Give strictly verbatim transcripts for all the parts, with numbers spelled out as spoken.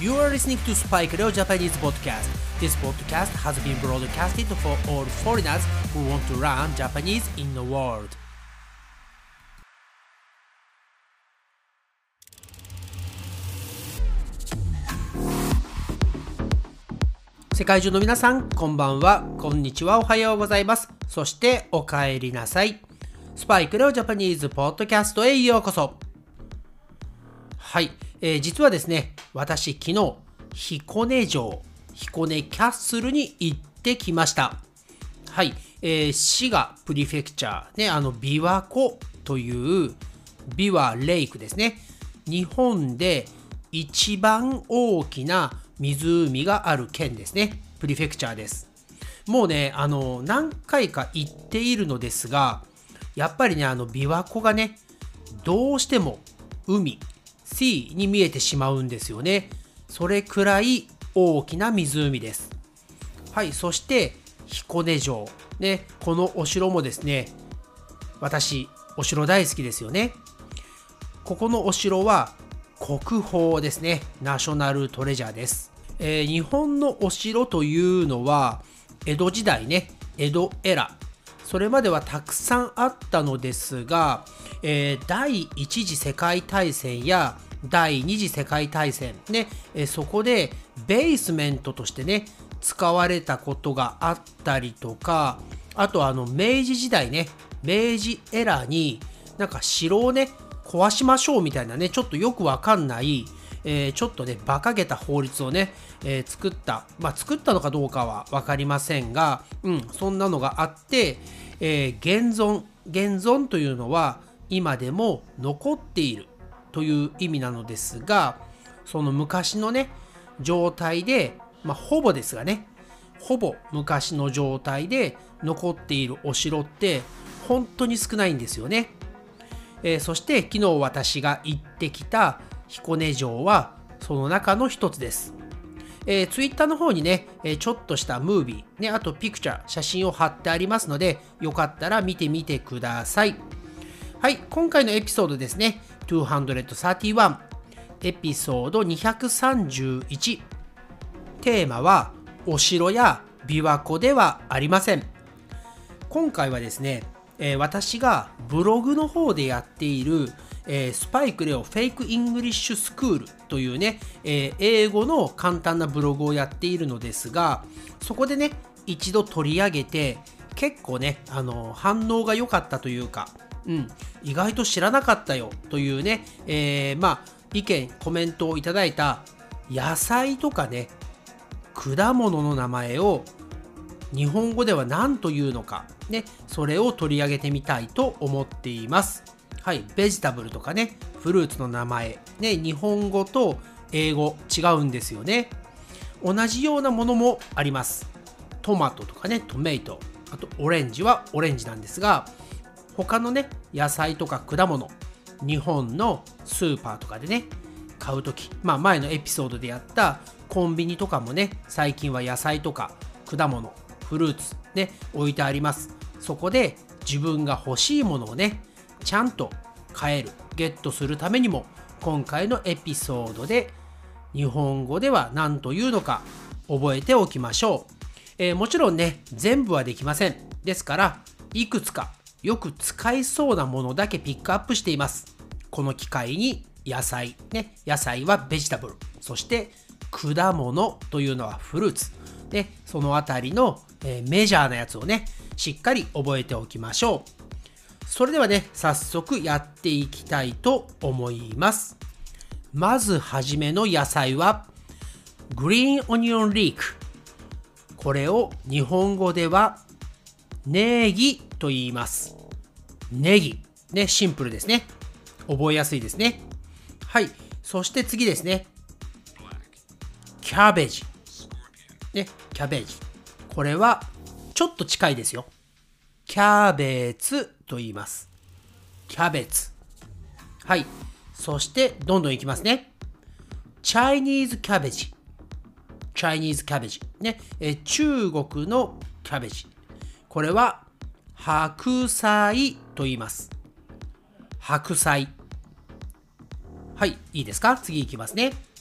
You are listening to Spike Leo Japanese podcast. This podcast has been broadcasted for all foreigners who want to learn Japanese in the world. 世界中の皆さん、こんばんは、こんにちは、おはようございます。そしてお帰りなさい。スパイクレオジャパニーズポッドキャストへようこそ。はい、えー、実はですね、私昨日彦根城、彦根キャッスルに行ってきました。はい、えー、滋賀プリフェクチャーね、あの琵琶湖という琵琶レイクですね。日本で一番大きな湖がある県ですね。プリフェクチャーです。もうね、あの何回か行っているのですが、やっぱりね、あの琵琶湖がね、どうしても海、シーに見えてしまうんですよね。それくらい大きな湖です。はい、そして彦根城ね、このお城もですね、私お城大好きですよね。ここのお城は国宝ですね。ナショナルトレジャーです。えー、日本のお城というのは江戸時代ね、江戸エラ、それまではたくさんあったのですが、えー、第一次世界大戦や第二次世界大戦ね、えー、そこでベースメントとしてね使われたことがあったりとか、あとあの明治時代ね、明治エラになんか城をね壊しましょうみたいなね、ちょっとよくわかんない、えー、ちょっとね馬鹿げた法律をね、えー、作った、まあ作ったのかどうかはわかりませんが、うん、そんなのがあって、えー、現存現存というのは今でも残っているという意味なのですが、その昔のね状態で、まあほぼですがね、ほぼ昔の状態で残っているお城って本当に少ないんですよね。えー、そして昨日私が行ってきた彦根城はその中の一つです。えー、ツイッターの方にね、えー、ちょっとしたムービー、ね、あとピクチャー、写真を貼ってありますので、よかったら見てみてください。はい、今回のエピソードですね、にひゃくさんじゅういち、エピソードにひゃくさんじゅういち。テーマはお城や琵琶湖ではありません。今回はですね、えー、私がブログの方でやっている、えー、スパイクレオフェイクイングリッシュスクールというね、えー、英語の簡単なブログをやっているのですが、そこでね一度取り上げて結構ね、あのー、反応が良かったというか、うん、意外と知らなかったよというね、えー、まあ意見コメントをいただいた野菜とかね果物の名前を日本語では何というのかね、それを取り上げてみたいと思っています。はい、ベジタブルとかね、フルーツの名前ね、日本語と英語違うんですよね。同じようなものもあります。トマトとかね、トメイト、あとオレンジはオレンジなんですが、他のね野菜とか果物、日本のスーパーとかでね買うとき、まあ前のエピソードでやったコンビニとかもね、最近は野菜とか果物、フルーツね置いてあります。そこで自分が欲しいものをねちゃんと買える、ゲットするためにも今回のエピソードで日本語では何というのか覚えておきましょう。えー、もちろんね全部はできません。ですからいくつかよく使いそうなものだけピックアップしています。この機会に野菜ね、野菜はベジタブル、そして果物というのはフルーツで、そのあたりの、えー、メジャーなやつをねしっかり覚えておきましょう。それではね早速やっていきたいと思います。まずはじめの野菜はグリーンオニオンリーク。これを日本語ではネギと言います。ネギね、シンプルですね。覚えやすいですね。はい、そして次ですね、キャベジね、キャベジ、これはちょっと近いですよ。キャベツと言います。キャベツ。はい、そしてどんどんいきますね。チャイニーズキャベジ、チャイニーズキャベジね、え中国のキャベジ、これは白菜と言います。白菜。はい、いいですか？次いきますね。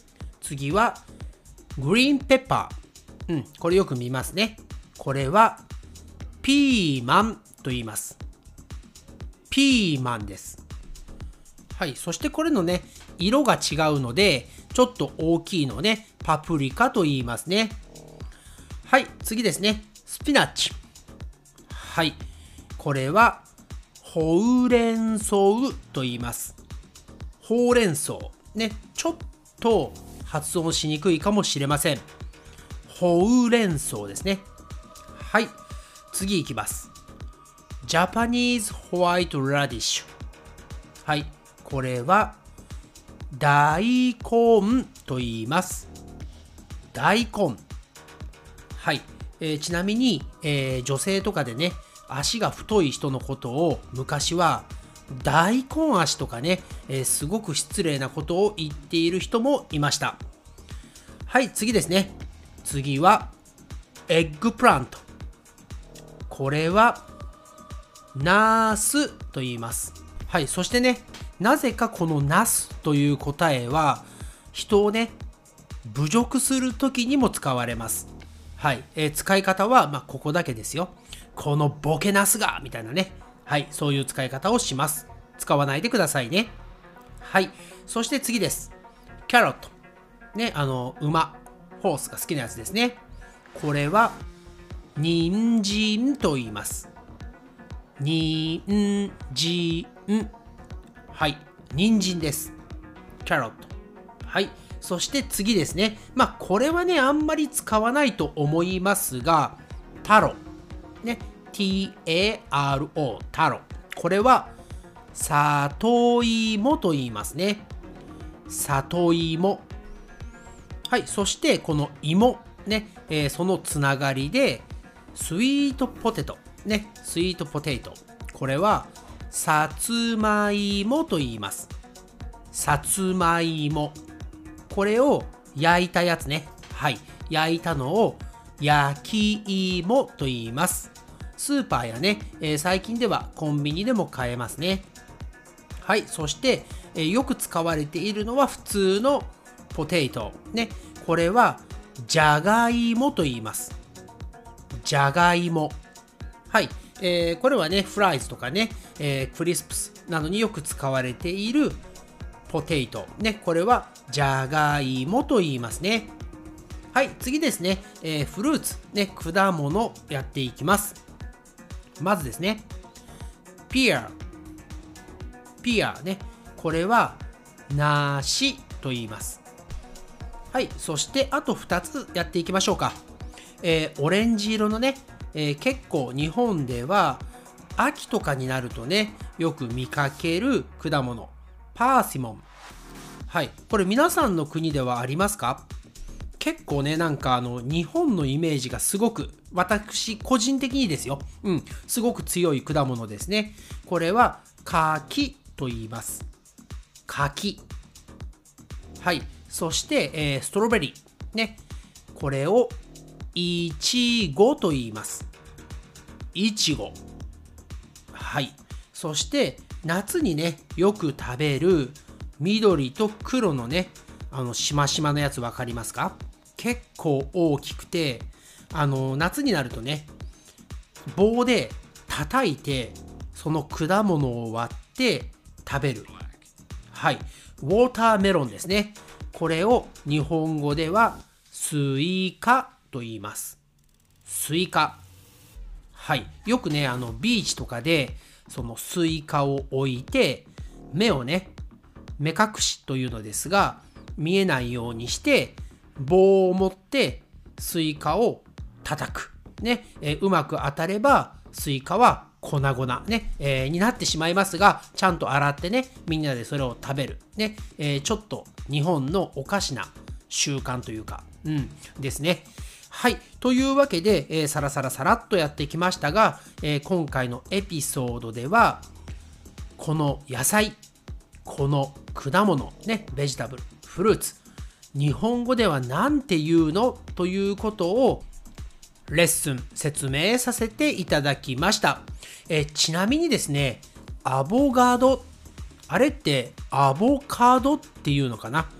次はグリーンペッパー。うん、これよく見ますね。これはピーマンと言います。ピーマンです。はい、そしてこれのね、色が違うので、ちょっと大きいのをね、パプリカと言いますね。はい、次ですね。スピナッチ。はい、これはほうれん草と言います。ほうれん草。ね、ちょっと発音しにくいかもしれません。ほうれん草ですね。はい、次いきます。ジャパニーズホワイトラディッシュ。はい、これは大根と言います。大根。はい、えー、ちなみに、えー、女性とかでね、足が太い人のことを昔は大根足とかね、えー、すごく失礼なことを言っている人もいました。はい、次ですね。次はエッグプラント。これはナスと言います。はい、そしてね、なぜかこのナスという答えは人をね、侮辱するときにも使われます。はい、えー、使い方はまあここだけですよ。このボケナスがみたいなね。はい、そういう使い方をします。使わないでくださいね。はい、そして次です。キャロット。ね、あの、馬、ホースが好きなやつですね。これは、人参と言います。人参。はい、人参です。キャロット。はい、そして次ですね。まあ、これはね、あんまり使わないと思いますが、タロ。ね、ティーエーアールオー、タロ。これは、里芋と言いますね。里芋。はい、そしてこの芋、ね、えー、そのつながりで、スイートポテト、ね、スイートポテト。これは、さつまいもと言います。さつまいも。これを焼いたやつね。はい、焼いたのを焼き芋と言います。スーパーやね、えー、最近ではコンビニでも買えますね。はい、そして、えー、よく使われているのは普通のポテト。ね、これはじゃがいもと言います。じゃがいも。はい、えー、これはね、フライズとかね、えー、クリスプスなどによく使われているポテト。ね、これはじゃがいもと言いますね。はい、次ですね、えー、フルーツ、ね、果物やっていきます。まずですね、ピア。ピアね、これは梨と言います。はい、そしてあとふたつやっていきましょうか。えー、オレンジ色のね、えー、結構日本では秋とかになるとね、よく見かける果物、パーシモン。はい、これ皆さんの国ではありますか？結構ね、なんかあの日本のイメージがすごく、私個人的にですよ、うん、すごく強い果物ですね。これは柿と言います。柿。はい、そして、えー、ストロベリーね、これをいちごと言います。いちご。はい、そして夏にね、よく食べる緑と黒のね、あのしましまのやつ分かりますか？結構大きくて、あの夏になるとね、棒で叩いてその果物を割って食べる。はい、ウォーターメロンですね。これを日本語ではスイカと言います。スイカ。はい、よくね、あのビーチとかでそのスイカを置いて、目をね、目隠しというのですが、見えないようにして棒を持ってスイカを叩く、ね、えー、うまく当たればスイカは粉々、ねえー、になってしまいますが、ちゃんと洗ってね、みんなでそれを食べる、ねえー、ちょっと日本のおかしな習慣というか、うん、ですね。はい、というわけで、えー、さらさらさらっとやってきましたが、えー、今回のエピソードではこの野菜、この果物、ね、ベジタブル、フルーツ、日本語では何て言うのということをレッスン説明させていただきました。えちなみにですね、アボガド、あれってアボカドっていうのかな、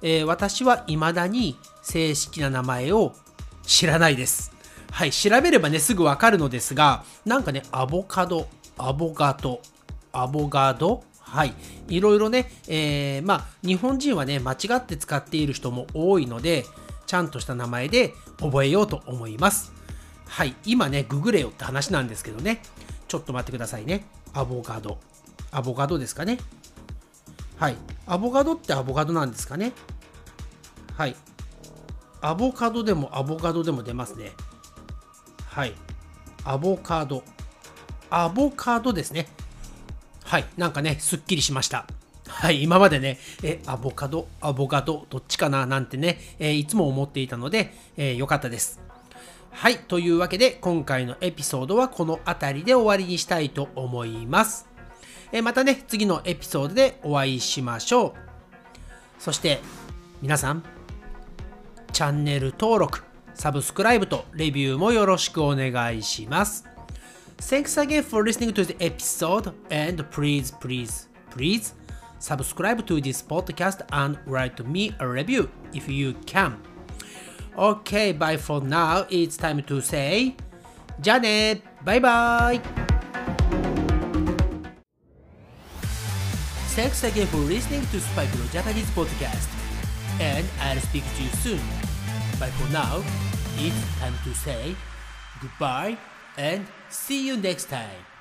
えー、私は未だに正式な名前を知らないです。はい、調べればね、すぐわかるのですが、なんかね、アボカド、アボガド、アボガド、はい、いろいろね、えー、まあ、日本人はね、間違って使っている人も多いので、ちゃんとした名前で覚えようと思います。はい、今ね、ググれよって話なんですけどね、ちょっと待ってくださいね。アボガド。アボカドですかね。はい。アボカドってアボカドなんですかね。はい。アボカドでもアボカドでも出ますね。はい。アボカド。アボカドですね。はい。なんかね、すっきりしました。はい。今までね、え、アボカド、アボカド、どっちかななんてね、えーいつも思っていたので、えーよかったです。はい。というわけで、今回のエピソードはこの辺りで終わりにしたいと思います。えーまたね、次のエピソードでお会いしましょう。そして、皆さん、チャンネル登録、サブスクライブとレビューもよろしくお願いします。Thanks again for listening to the episode and please, please, please subscribe to this podcast and write me a review if you can.Okay, bye for now. It's time to say じゃあねバイバイ Thanks again for listening to Spike no Japanese podcast. And I'll speak to you soon. But for now, it's time to say goodbye and see you next time.